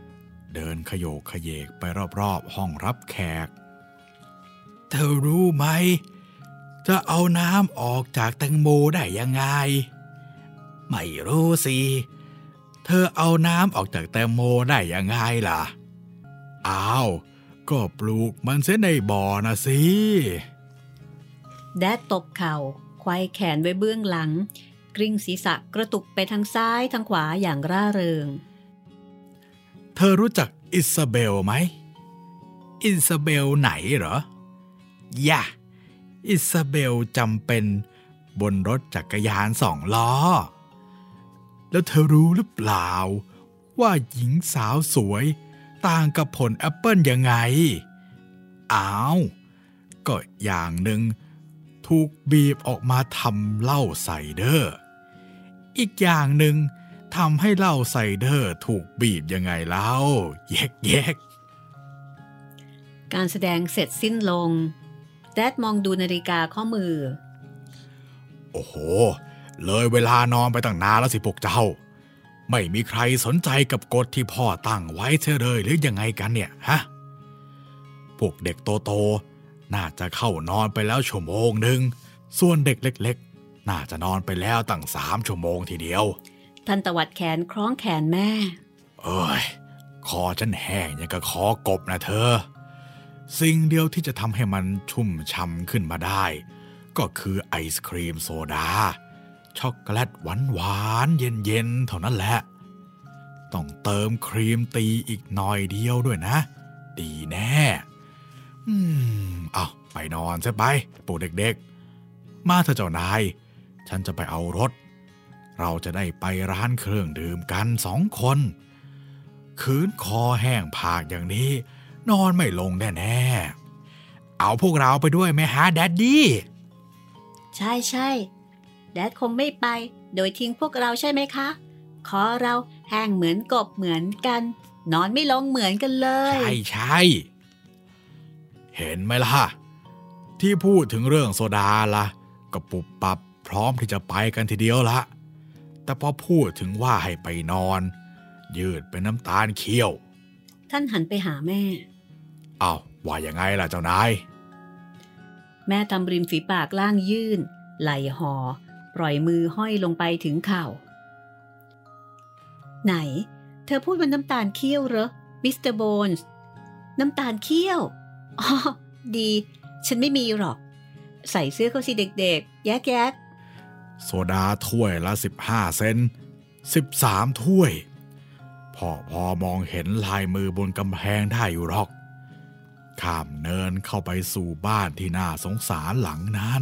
เดินขโยกเขยกไปรอบๆห้องรับแขกเธอรู้ไหมจะเอาน้ำออกจากแตงโมได้ยังไงไม่รู้สิเธอเอาน้ำออกจากแตงโมได้ยังไงล่ะอ้าวก็ปลูกมันเสียในบ่อนะสิแดดตบเข่าไขว้แขนไว้เบื้องหลังกลิ้งศีรษะกระตุกไปทางซ้ายทางขวาอย่างร่าเริงเธอรู้จักอิซาเบลไหมอิซาเบลไหนเหรอย่าอิซาเบลจำเป็นบนรถจักรยาน2 ล้อแล้วเธอรู้หรือเปล่าว่าหญิงสาวสวยต่างกับผลแอปเปิ้ลยังไงอ้าวก็อย่างหนึ่งถูกบีบออกมาทำเหล้าไซเดอร์อีกอย่างหนึ่งทำให้เหล้าไซเดอร์ถูกบีบยังไงเล่าแยกการแสดงเสร็จสิ้นลงแดดมองดูนาฬิกาข้อมือโอ้โหเลยเวลานอนไปตั้งนานแล้วสิพวกเจ้าไม่มีใครสนใจกับกฎที่พ่อตั้งไว้เสียเลยหรือยังไงกันเนี่ยฮะพวกเด็กโตๆน่าจะเข้านอนไปแล้ว1 ชั่วโมงส่วนเด็กเล็กๆน่าจะนอนไปแล้วตั้ง3 ชั่วโมงทีเดียวท่านตวัดแขนคล้องแขนแม่เอ้ยคอฉันแห้งอย่างกับคอกบนะเธอสิ่งเดียวที่จะทำให้มันชุ่มช่ำขึ้นมาได้ก็คือไอศครีมโซดาช็อกโกแลตหวานๆเย็นๆเท่านั้นแหละต้องเติมครีมตีอีกหน่อยเดียวด้วยนะดีแน่เอาไปนอนซะไปพวกเด็กๆมาเถอะเจ้านายฉันจะไปเอารถเราจะได้ไปร้านเครื่องดื่มกัน2 คนคืนคอแห้งผากอย่างนี้นอนไม่ลงแน่ๆเอาพวกเราไปด้วยไหมฮะแดดดี้ใช่แดดคงไม่ไปโดยทิ้งพวกเราใช่ไหมคะคอเราแห้งเหมือนกบเหมือนกันนอนไม่ลงเหมือนกันเลยใช่เห็นไหมล่ะที่พูดถึงเรื่องโซดาล่ะก็ปุบปับพร้อมที่จะไปกันทีเดียวละแต่พอพูดถึงว่าให้ไปนอนยืดเป็นน้ำตาลเคี้ยวท่านหันไปหาแม่อ้าวว่ายังไงล่ะเจ้านายแม่ทำริมฝีปากล่างยื่นไหล่ห่อปล่อยมือห้อยลงไปถึงเข่าไหนเธอพูดว่าน้ำตาลเคี่ยวเหรอมิสเตอร์โบนส์น้ำตาลเคี่ยวอ๋อดีฉันไม่มีหรอกใส่เสื้อเขาสิเด็กๆแยกโซดาถ้วยละ15 เซนต์13 ถ้วยพอมองเห็นลายมือบนกำแพงได้อยู่หรอกข้ามเนินเข้าไปสู่บ้านที่น่าสงสารหลังนั้น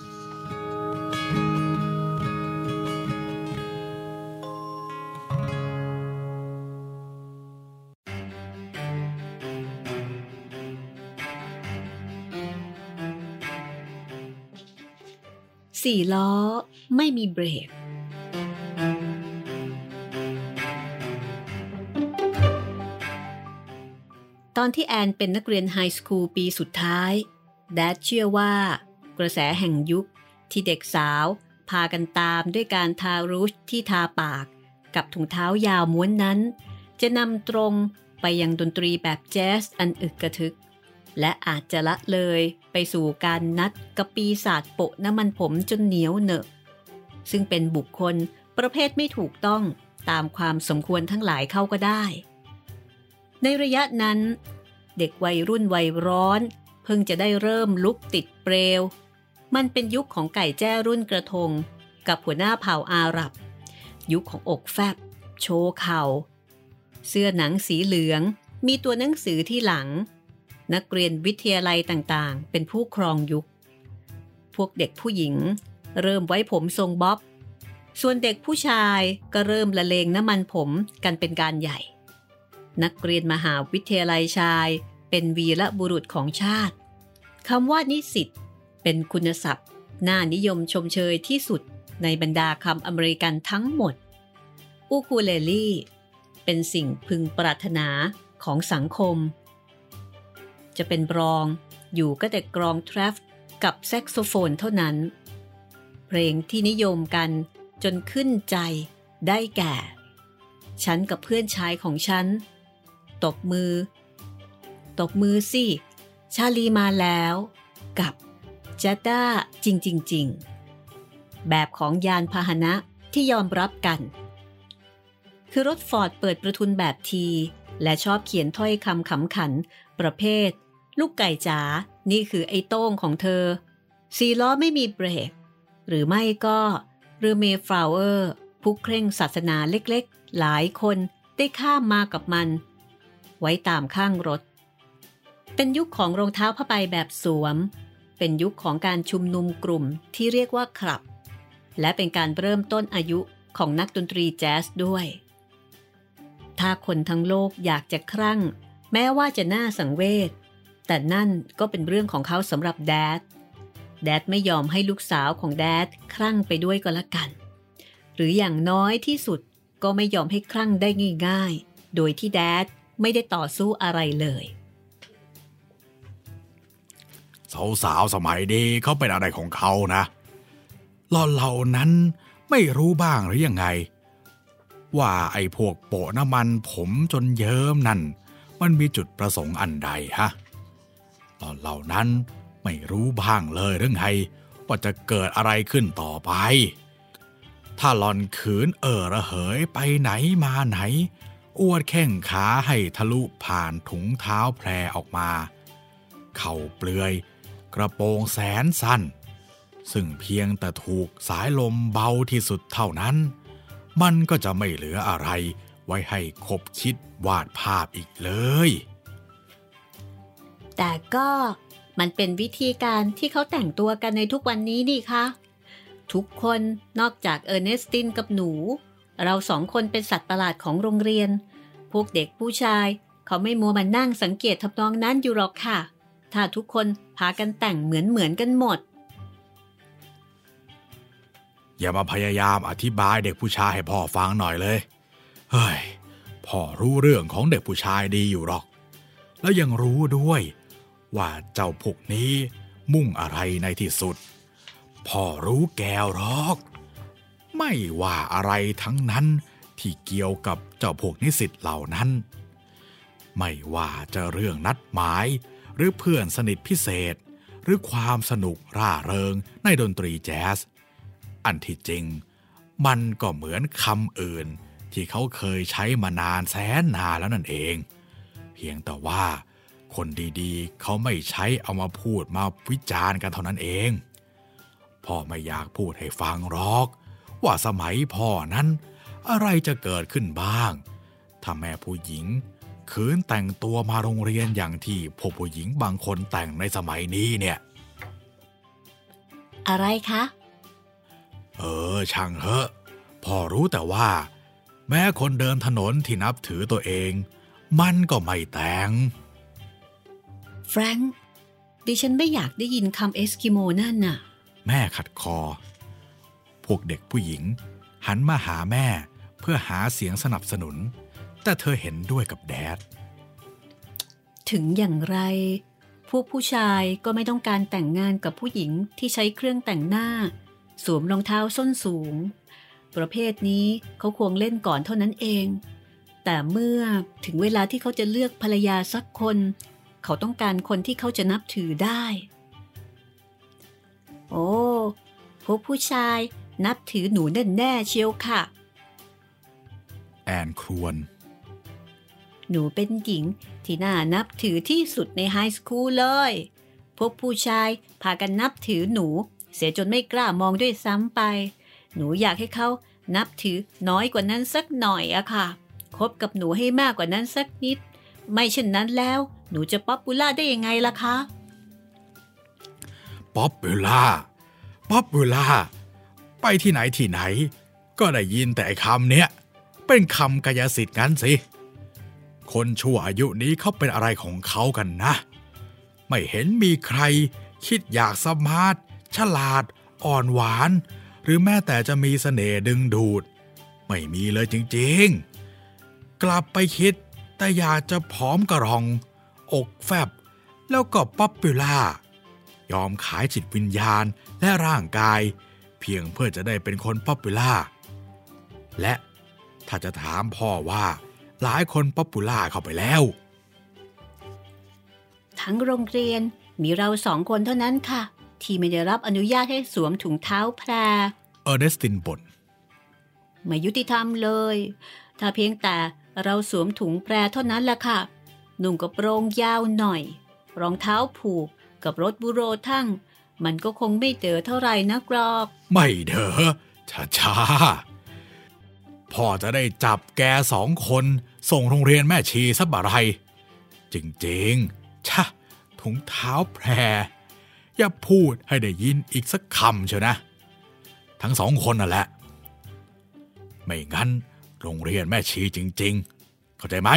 4 ล้อไม่มีเบรกตอนที่แอนเป็นนักเรียนไฮสคูลปีสุดท้ายแดดเชื่อว่ากระแสแห่งยุคที่เด็กสาวพากันตามด้วยการทารูชที่ทาปากกับถุงเท้ายาวม้วนนั้นจะนำตรงไปยังดนตรีแบบแจ๊สอันอึกกระทึกและอาจจะละเลยไปสู่การนัดกับปีศาจโปะน้ำมันผมจนเหนียวเหนอะซึ่งเป็นบุคคลประเภทไม่ถูกต้องตามความสมควรทั้งหลายเข้าก็ได้ในระยะนั้นเด็กวัยรุ่นวัยร้อนเพิ่งจะได้เริ่มลุกติดเปลวมันเป็นยุคของไก่แจ้รุ่นกระทงกับหัวหน้าเผ่าอาหรับยุคของอกแฟบโชว์เข่าเสื้อหนังสีเหลืองมีตัวหนังสือที่หลังนักเรียนวิทยาลัยต่างๆเป็นผู้ครองยุคพวกเด็กผู้หญิงเริ่มไว้ผมทรงบ๊อบส่วนเด็กผู้ชายก็เริ่มละเลงน้ำมันผมกันเป็นการใหญ่นักเรียนมหาวิทยาลัยชายเป็นวีรบุรุษของชาติคำว่านิสิตเป็นคุณศัพท์น่านิยมชมเชยที่สุดในบรรดาคำอเมริกันทั้งหมดอูคูเลลี่เป็นสิ่งพึงปรารถนาของสังคมจะเป็นบรองอยู่ก็แต่กรองแทรฟกับแซกโซโฟนเท่านั้นเพลงที่นิยมกันจนขึ้นใจได้แก่ฉันกับเพื่อนชายของฉันตบมือสิชาลีมาแล้วกับจัดด้าจริงแบบของยานพาหนะที่ยอมรับกันคือรถฟอร์ดเปิดประทุนแบบทีและชอบเขียนถ้อยคำขำขันประเภทลูกไก่จ๋านี่คือไอ้โต้งของเธอสี่ล้อไม่มีเบรกหรือไม่ก็เรือเมฟลาวเวอร์ผู้เคร่งศาสนาเล็กๆหลายคนได้ข้ามมากับมันไว้ตามข้างรถเป็นยุคของรองเท้าผ้าใบแบบสวมเป็นยุคของการชุมนุมกลุ่มที่เรียกว่าคลับและเป็นการเริ่มต้นอายุของนักดนตรีแจ๊สด้วยถ้าคนทั้งโลกอยากจะครั่งแม้ว่าจะน่าสังเวชแต่นั่นก็เป็นเรื่องของเขาสำหรับแดดไม่ยอมให้ลูกสาวของแดดคลั่งไปด้วยก็แล้วกันหรืออย่างน้อยที่สุดก็ไม่ยอมให้คลั่งได้ง่ายๆโดยที่แดดไม่ได้ต่อสู้อะไรเลยสาวๆสมัยนี้เขาเป็นอะไรของเขานะเหล่านั้นไม่รู้บ้างหรือยังไงว่าไอ้พวกโปะน้ำมันผมจนเยิ้มนั่นมันมีจุดประสงค์อันใดฮะเหล่านั้นไม่รู้บ้างเลยหรือไงว่าจะเกิดอะไรขึ้นต่อไปถ้าหล่อนขืนระเหยไปไหนมาไหนอวดแข้งขาให้ทะลุผ่านถุงเท้าแพรออกมาเข่าเปลือยกระโปรงแสนสั้นซึ่งเพียงแต่ถูกสายลมเบาที่สุดเท่านั้นมันก็จะไม่เหลืออะไรไว้ให้คบคิดวาดภาพอีกเลยแต่ก็มันเป็นวิธีการที่เขาแต่งตัวกันในทุกวันนี้นี่คะทุกคนนอกจากเออร์เนสตินกับหนูเราสองคนเป็นสัตว์ประหลาดของโรงเรียนพวกเด็กผู้ชายเขาไม่มัวมานั่งสังเกตทำนองนั้นอยู่หรอกค่ะถ้าทุกคนพากันแต่งเหมือนกันหมดอย่ามาพยายามอธิบายเด็กผู้ชายให้พ่อฟังหน่อยเลยเฮ้ยพ่อรู้เรื่องของเด็กผู้ชายดีอยู่หรอกแล้วยังรู้ด้วยว่าเจ้าพวกนี้มุ่งอะไรในที่สุดพ่อรู้แก้วหรอกไม่ว่าอะไรทั้งนั้นที่เกี่ยวกับเจ้าพวกนิสิตเหล่านั้นไม่ว่าจะเรื่องนัดหมายหรือเพื่อนสนิทพิเศษหรือความสนุกร่าเริงในดนตรีแจ๊สอันที่จริงมันก็เหมือนคำอื่นที่เขาเคยใช้มานานแสนนานแล้วนั่นเองเพียงแต่ว่าคนดีๆเขาไม่ใช้เอามาพูดมาวิจารณ์กันเท่านั้นเองพ่อไม่อยากพูดให้ฟังหรอกว่าสมัยพ่อนั้นอะไรจะเกิดขึ้นบ้างถ้าแม่ผู้หญิงขืนแต่งตัวมาโรงเรียนอย่างที่พวกผู้หญิงบางคนแต่งในสมัยนี้เนี่ยอะไรคะช่างเถอะพ่อรู้แต่ว่าแม้คนเดินถนนที่นับถือตัวเองมันก็ไม่แต่งแฟรงค์ดิฉันไม่อยากได้ยินคำเอสกิโมนั่นน่ะแม่ขัดคอพวกเด็กผู้หญิงหันมาหาแม่เพื่อหาเสียงสนับสนุนแต่เธอเห็นด้วยกับแดดถึงอย่างไรพวกผู้ชายก็ไม่ต้องการแต่งงานกับผู้หญิงที่ใช้เครื่องแต่งหน้าสวมรองเท้าส้นสูงประเภทนี้เขาควรเล่นก่อนเท่านั้นเองแต่เมื่อถึงเวลาที่เขาจะเลือกภรรยาสักคนเขาต้องการคนที่เขาจะนับถือได้โอ้พวกผู้ชายนับถือหนูแน่ๆเชียวค่ะแอนครวญหนูเป็นหญิงที่น่านับถือที่สุดในไฮสคูลเลยพวกผู้ชายพากันนับถือหนูเสียจนไม่กล้ามองด้วยซ้ำไปหนูอยากให้เขานับถือน้อยกว่านั้นสักหน่อยอะค่ะคบกับหนูให้มากกว่านั้นสักนิดไม่เช่นนั้นแล้วหนูจะป๊อปปูล่าได้ยังไงล่ะคะป๊อปปูล่าไปที่ไหนก็ได้ยินแต่คำเนี้ยเป็นคำกายสิทธิ์งั้นสิคนชั่วอายุนี้เขาเป็นอะไรของเขากันนะไม่เห็นมีใครคิดอยากสมาร์ทฉลาดอ่อนหวานหรือแม้แต่จะมีเสน่ห์ดึงดูดไม่มีเลยจริงๆกลับไปคิดแต่อยากจะผอมกระรองอกแฟบแล้วก็ป๊อปปูล่ายอมขายจิตวิญญาณและร่างกายเพียงเพื่อจะได้เป็นคนป๊อปปูล่าและถ้าจะถามพ่อว่าหลายคนป๊อปปูล่าเข้าไปแล้วทั้งโรงเรียนมีเรา2 คนเท่านั้นค่ะที่ไม่ได้รับอนุญาตให้สวมถุงเท้าแพรเออร์เนสตินบ่นไม่ยุติธรรมเลยถ้าเพียงแต่เราสวมถุงแพรเท่านั้นแหละค่ะนุ่งกระโปรงยาวหน่อยรองเท้าผูกกับรถบุโรทั่งมันก็คงไม่เด๋อเท่าไหร่นักหรอกไม่เด๋อช้าๆพ่อจะได้จับแก2 คนส่งโรงเรียนแม่ชีซะบ่ไรจริงๆชะถุงเท้าแพรอย่าพูดให้ได้ยินอีกสักคำเชียวนะทั้ง2 คนนั่นแหละไม่งั้นโรงเรียนแม่ชีจริงๆเข้าใจไหม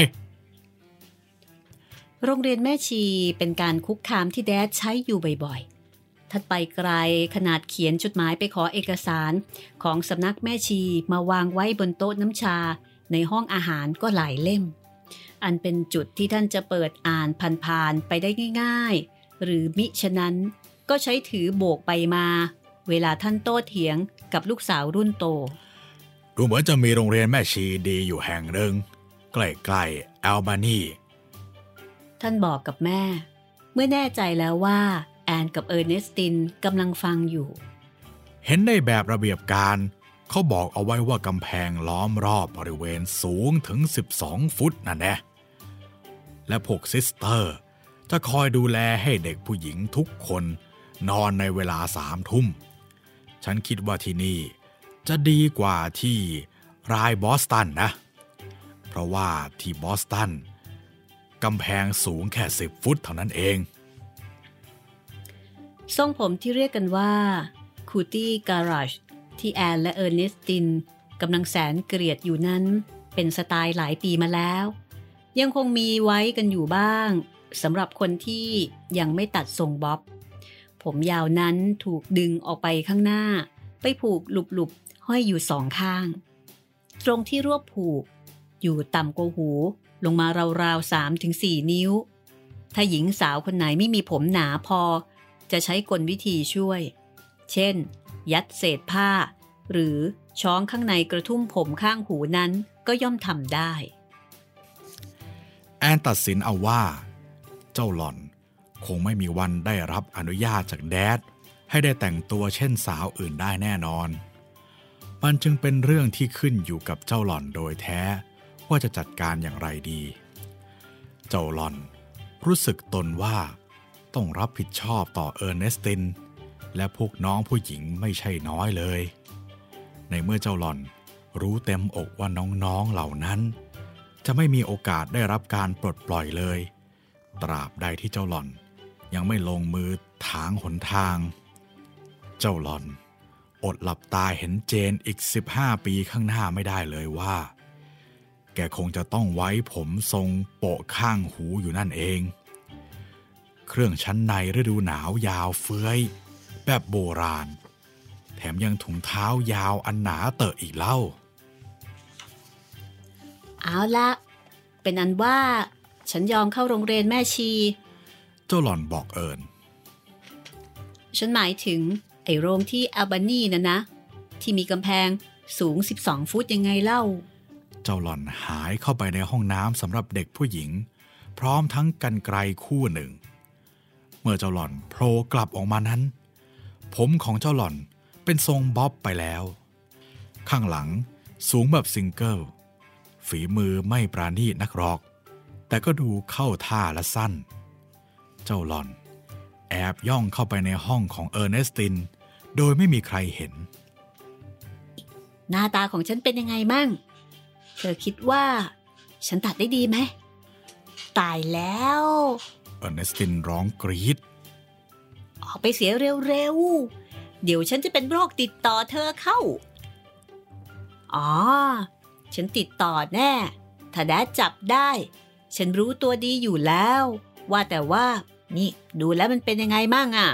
โรงเรียนแม่ชีเป็นการคุกคามที่แดดใช้อยู่บ่อยๆถัดไปไกลขนาดเขียนจดหมายไปขอเอกสารของสำนักแม่ชีมาวางไว้บนโต๊ะน้ำชาในห้องอาหารก็หลายเล่มอันเป็นจุดที่ท่านจะเปิดอ่านผ่านๆไปได้ง่ายๆหรือมิฉะนั้นก็ใช้ถือโบกไปมาเวลาท่านโต้เถียงกับลูกสาวรุ่นโตดูเหมือนจะมีโรงเรียนแม่ชีดีอยู่แห่งหนึ่งใกล้ๆแอลบานีท่านบอกกับแม่เมื่อแน่ใจแล้วว่าแอนกับเออร์เนสตินกำลังฟังอยู่เห็นในแบบระเบียบการเขาบอกเอาไว้ว่ากำแพงล้อมรอบบริเวณสูงถึง12 ฟุตนั่นแหละและพวกซิสเตอร์จะคอยดูแลให้เด็กผู้หญิงทุกคนนอนในเวลา3 ทุ่มฉันคิดว่าที่นี่จะดีกว่าที่รายบอสตันนะเพราะว่าที่บอสตันกำแพงสูงแค่10 ฟุตเท่านั้นเองทรงผมที่เรียกกันว่าคูตี้การาจที่แอนและเออร์เนสตินกำลังแสนเกลียดอยู่นั้นเป็นสไตล์หลายปีมาแล้วยังคงมีไว้กันอยู่บ้างสำหรับคนที่ยังไม่ตัดทรงบ๊อบผมยาวนั้นถูกดึงออกไปข้างหน้าไปผูกหลุบๆห้อยอยู่2 ข้างตรงที่รวบผูกอยู่ต่ำกว่าหูลงมาราวๆ 3-4 นิ้วถ้าหญิงสาวคนไหนไม่มีผมหนาพอจะใช้กลวิธีช่วยเช่นยัดเศษผ้าหรือช้องข้างในกระทุ่มผมข้างหูนั้นก็ย่อมทำได้แอนตัดสินเอาว่าเจ้าหล่อนคงไม่มีวันได้รับอนุญาตจากแดดให้ได้แต่งตัวเช่นสาวอื่นได้แน่นอนมันจึงเป็นเรื่องที่ขึ้นอยู่กับเจ้าหล่อนโดยแท้ว่าจะจัดการอย่างไรดีเจ้าหล่อนรู้สึกตนว่าต้องรับผิดชอบต่อเออร์เนสตินและพวกน้องผู้หญิงไม่ใช่น้อยเลยในเมื่อเจ้าหล่อนรู้เต็มอกว่าน้องๆเหล่านั้นจะไม่มีโอกาสได้รับการปลดปล่อยเลยตราบใดที่เจ้าหล่อนยังไม่ลงมือถางหนทางเจ้าหล่อนอดหลับตาเห็นเจนอีก15 ปีข้างหน้าไม่ได้เลยว่าแกคงจะต้องไว้ผมทรงโปะข้างหูอยู่นั่นเองเครื่องชั้นในฤดูหนาวยาวเฟื้อยแบบโบราณแถมยังถุงเท้ายาวอันหนาเตอะอีกเล่าเอาละเป็นอันว่าฉันยอมเข้าโรงเรียนแม่ชีเจ้าหล่อนบอกเอิญฉันหมายถึงไอ้โรงที่อัลบานีนะที่มีกำแพงสูง12 ฟุตยังไงเล่าเจ้าหล่อนหายเข้าไปในห้องน้ำสำหรับเด็กผู้หญิงพร้อมทั้งกรรไกรคู่หนึ่งเมื่อเจ้าหล่อนโผล่กลับออกมานั้นผมของเจ้าหล่อนเป็นทรงบ๊อบไปแล้วข้างหลังสูงแบบซิงเกิลฝีมือไม่ปราณีตนักหรอกแต่ก็ดูเข้าท่าและสั้นเจ้าหล่อนแอบย่องเข้าไปในห้องของเออร์เนสตินโดยไม่มีใครเห็นหน้าตาของฉันเป็นยังไงมั่งเธอคิดว่าฉันตัดได้ดีไหมตายแล้วเออร์เนสตินร้องกรี๊ดออกไปเสียเร็วๆเดี๋ยวฉันจะเป็นโรคติดต่อเธอเข้าอ๋อฉันติดต่อแน่ถ้าแดดจับได้ฉันรู้ตัวดีอยู่แล้วว่าแต่ว่านี่ดูแล้วมันเป็นยังไงมั่งอ่ะ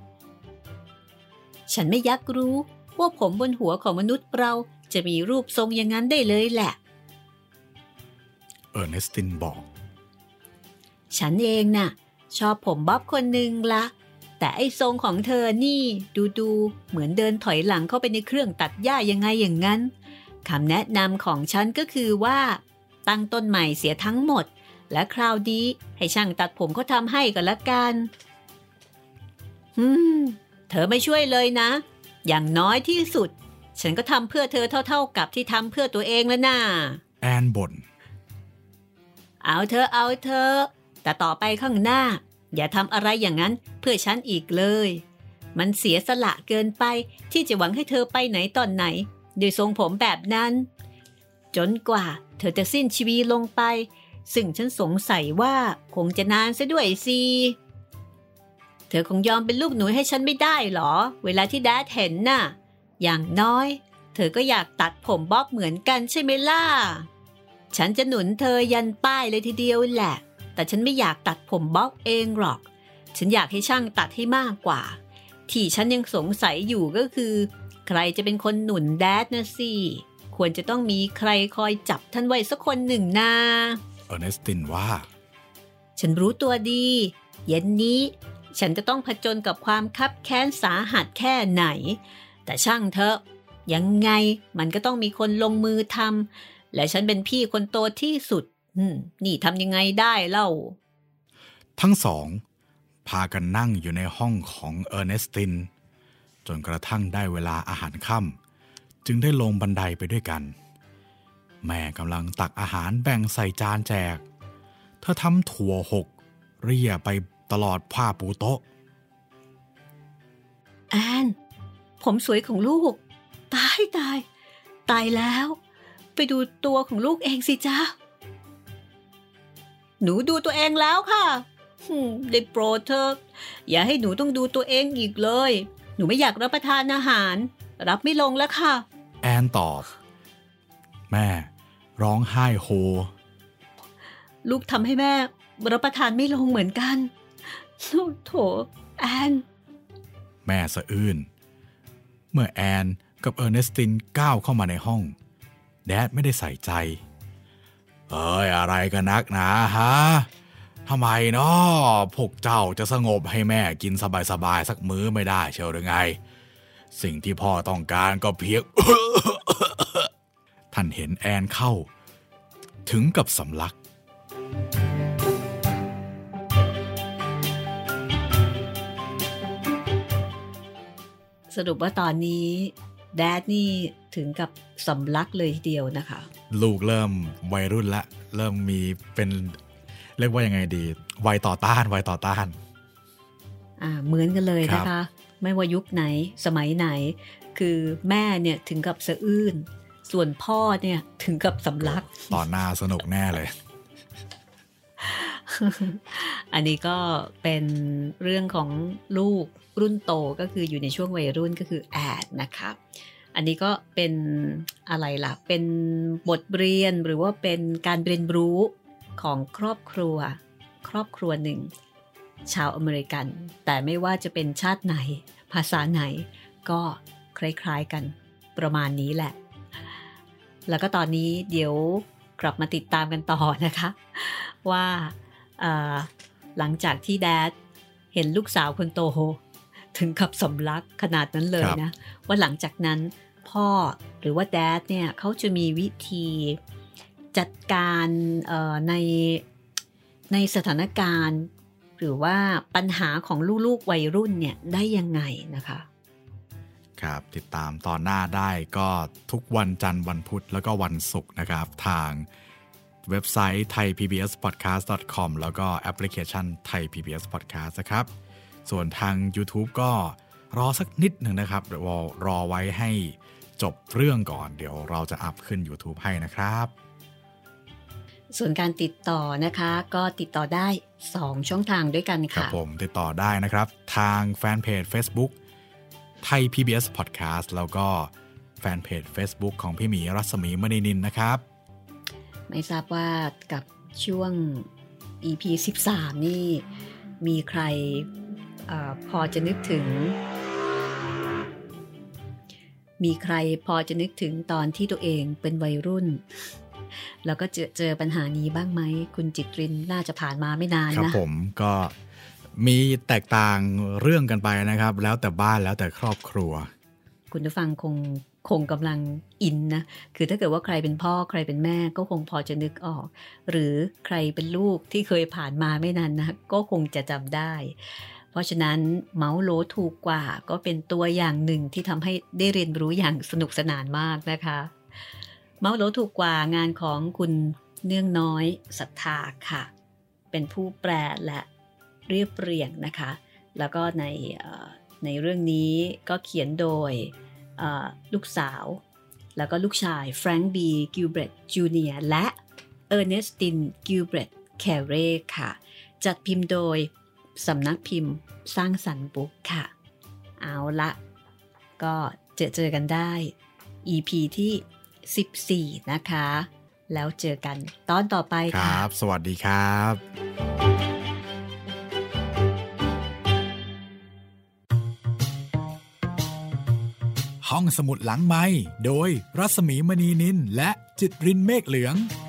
ฉันไม่ยักรู้ว่าผมบนหัวของมนุษย์เราจะมีรูปทรงอย่างนั้นได้เลยแหละเออร์เนสตินบอกฉันเองน่ะชอบผมบ๊อบคนหนึ่งละแต่ไอ้ทรงของเธอนี่ดูเหมือนเดินถอยหลังเข้าไปในเครื่องตัดหญ้ายังไงอย่างนั้นคำแนะนำของฉันก็คือว่าตั้งต้นใหม่เสียทั้งหมดและคราวนี้ให้ช่างตัดผมเขาทำให้ก็แล้วกันเธอไม่ช่วยเลยนะอย่างน้อยที่สุดฉันก็ทำเพื่อเธอเท่าๆกับที่ทำเพื่อตัวเองแล้วน่ะแอนบ่นเอาเธอแต่ต่อไปข้างหน้าอย่าทำอะไรอย่างนั้นเพื่อฉันอีกเลยมันเสียสละเกินไปที่จะหวังให้เธอไปไหนตอนไหนโดยทรงผมแบบนั้นจนกว่าเธอจะสิ้นชีวิตลงไปซึ่งฉันสงสัยว่าคงจะนานซะด้วยสิเธอคงยอมเป็นลูกหนูให้ฉันไม่ได้หรอเวลาที่แดดเห็นน่ะอย่างน้อยเธอก็อยากตัดผมบ๊อบเหมือนกันใช่ไหมล่ะฉันจะหนุนเธอยันป้ายเลยทีเดียวแหละแต่ฉันไม่อยากตัดผมบ๊อบเองหรอกฉันอยากให้ช่างตัดให้มากกว่าที่ฉันยังสงสัยอยู่ก็คือใครจะเป็นคนหนุนแดดนะสิควรจะต้องมีใครคอยจับท่านไว้สักคนหนึ่งนะเออร์เนสตินว่าฉันรู้ตัวดีเย็นนี้ฉันจะต้องผจญกับความคับแค้นสาหัสแค่ไหนแต่ช่างเถอะยังไงมันก็ต้องมีคนลงมือทำและฉันเป็นพี่คนโตที่สุดนี่ทำยังไงได้เล่าทั้งสองพากันนั่งอยู่ในห้องของเออร์เนสตินจนกระทั่งได้เวลาอาหารค่ำจึงได้ลงบันไดไปด้วยกันแม่กำลังตักอาหารแบ่งใส่จานแจกเธอทำถั่วหกเรี่ยไปตลอดผ้าปูโต๊ะแอนผมสวยของลูกตายแล้วไปดูตัวของลูกเองสิจ๊ะหนูดูตัวเองแล้วค่ะได้โปรดเถอะอย่าให้หนูต้องดูตัวเองอีกเลยหนูไม่อยากรับประทานอาหารรับไม่ลงแล้วค่ะแอนตอบแม่ร้องไห้โฮลูกทำให้แม่รับประทานไม่ลงเหมือนกันโถแอนแม่สะอื้นเมื่อแอนกับเออร์เนสตินก้าวเข้ามาในห้องแดดไม่ได้ใส่ใจอะไรกันนักหนาฮะทำไมเนาะพวกเจ้าจะสงบให้แม่กินสบายๆสักมื้อไม่ได้เชียวหรือไงสิ่งที่พ่อต้องการก็เพียง ท่านเห็นแอนเข้าถึงกับสำลักสรุปว่าตอนนี้แดดนี่ถึงกับสำลักเลยทีเดียวนะคะลูกเริ่มวัยรุ่นละเริ่มมีเป็นเรียกว่ายังไงดีวัยต่อต้านเหมือนกันเลยนะคะไม่ว่ายุคไหนสมัยไหนคือแม่เนี่ยถึงกับสะอื้นส่วนพ่อเนี่ยถึงกับสำลักตอนหน้าสนุกแน่เลยอันนี้ก็เป็นเรื่องของลูกรุ่นโตก็คืออยู่ในช่วงวัยรุ่นก็คือแอดนะคะอันนี้ก็เป็นอะไรล่ะเป็นบทเรียนหรือว่าเป็นการเรียนรู้ของครอบครัวหนึ่งชาวอเมริกันแต่ไม่ว่าจะเป็นชาติไหนภาษาไหนก็คล้ายๆกันประมาณนี้แหละแล้วก็ตอนนี้เดี๋ยวกลับมาติดตามกันต่อนะคะว่าหลังจากที่แดดเห็นลูกสาวคนโตถึงกับสำลักขนาดนั้นเลยนะว่าหลังจากนั้นพ่อหรือว่าแดดเนี่ยเขาจะมีวิธีจัดการในสถานการณ์หรือว่าปัญหาของลูกๆวัยรุ่นเนี่ยได้ยังไงนะคะครับติดตามตอนหน้าได้ก็ทุกวันจันทร์วันพุธแล้วก็วันศุกร์นะครับทางเว็บไซต์ thaipbspodcast.com แล้วก็แอปพลิเคชัน Thai PBS Podcast นะครับส่วนทาง YouTube ก็รอสักนิดหนึ่งนะครับเดี๋ยวรอไว้ให้จบเรื่องก่อนเดี๋ยวเราจะอัพขึ้น YouTube ให้นะครับส่วนการติดต่อนะคะก็ติดต่อได้2ช่องทางด้วยกันค่ะครับผมติดต่อได้นะครับทางแฟนเพจ Facebook Thai PBS Podcast แล้วก็แฟนเพจ Facebook ของพี่หมีรัศมีมณีนินนะครับไม่ทราบว่ากับช่วง EP 13นี่มีใครพอจะนึกถึงตอนที่ตัวเองเป็นวัยรุ่นแล้วก็เจอปัญหานี้บ้างไหมคุณจิตรินน่าจะผ่านมาไม่นานนะครับผมก็มีแตกต่างเรื่องกันไปนะครับแล้วแต่บ้านแล้วแต่ครอบครัวคุณผู้ฟังคงกำลังอินนะคือถ้าเกิดว่าใครเป็นพ่อใครเป็นแม่ก็คงพอจะนึกออกหรือใครเป็นลูกที่เคยผ่านมาไม่นานนะก็คงจะจำได้เพราะฉะนั้นเมาส์โลถูกกว่าก็เป็นตัวอย่างหนึ่งที่ทำให้ได้เรียนรู้อย่างสนุกสนานมากนะคะเมาส์โลถูกกว่างานของคุณเนื่องน้อยศรัทธาค่ะเป็นผู้แปลและเรียบเรียงนะคะแล้วก็ในเรื่องนี้ก็เขียนโดยลูกสาวแล้วก็ลูกชายแฟรงค์บีกิลเบรตจูเนียร์และเออร์เนสตินกิลเบรตแคเร่ค่ะจัดพิมพ์โดยสำนักพิมพ์สร้างสรรค์บุ๊กค่ะเอาละก็เจอกันได้ EP ที่14นะคะแล้วเจอกันตอนต่อไปค่ะครับสวัสดีครับห้องสมุดหลังไมค์โดยรัศมีมณีนินและจิตรินเมฆเหลือง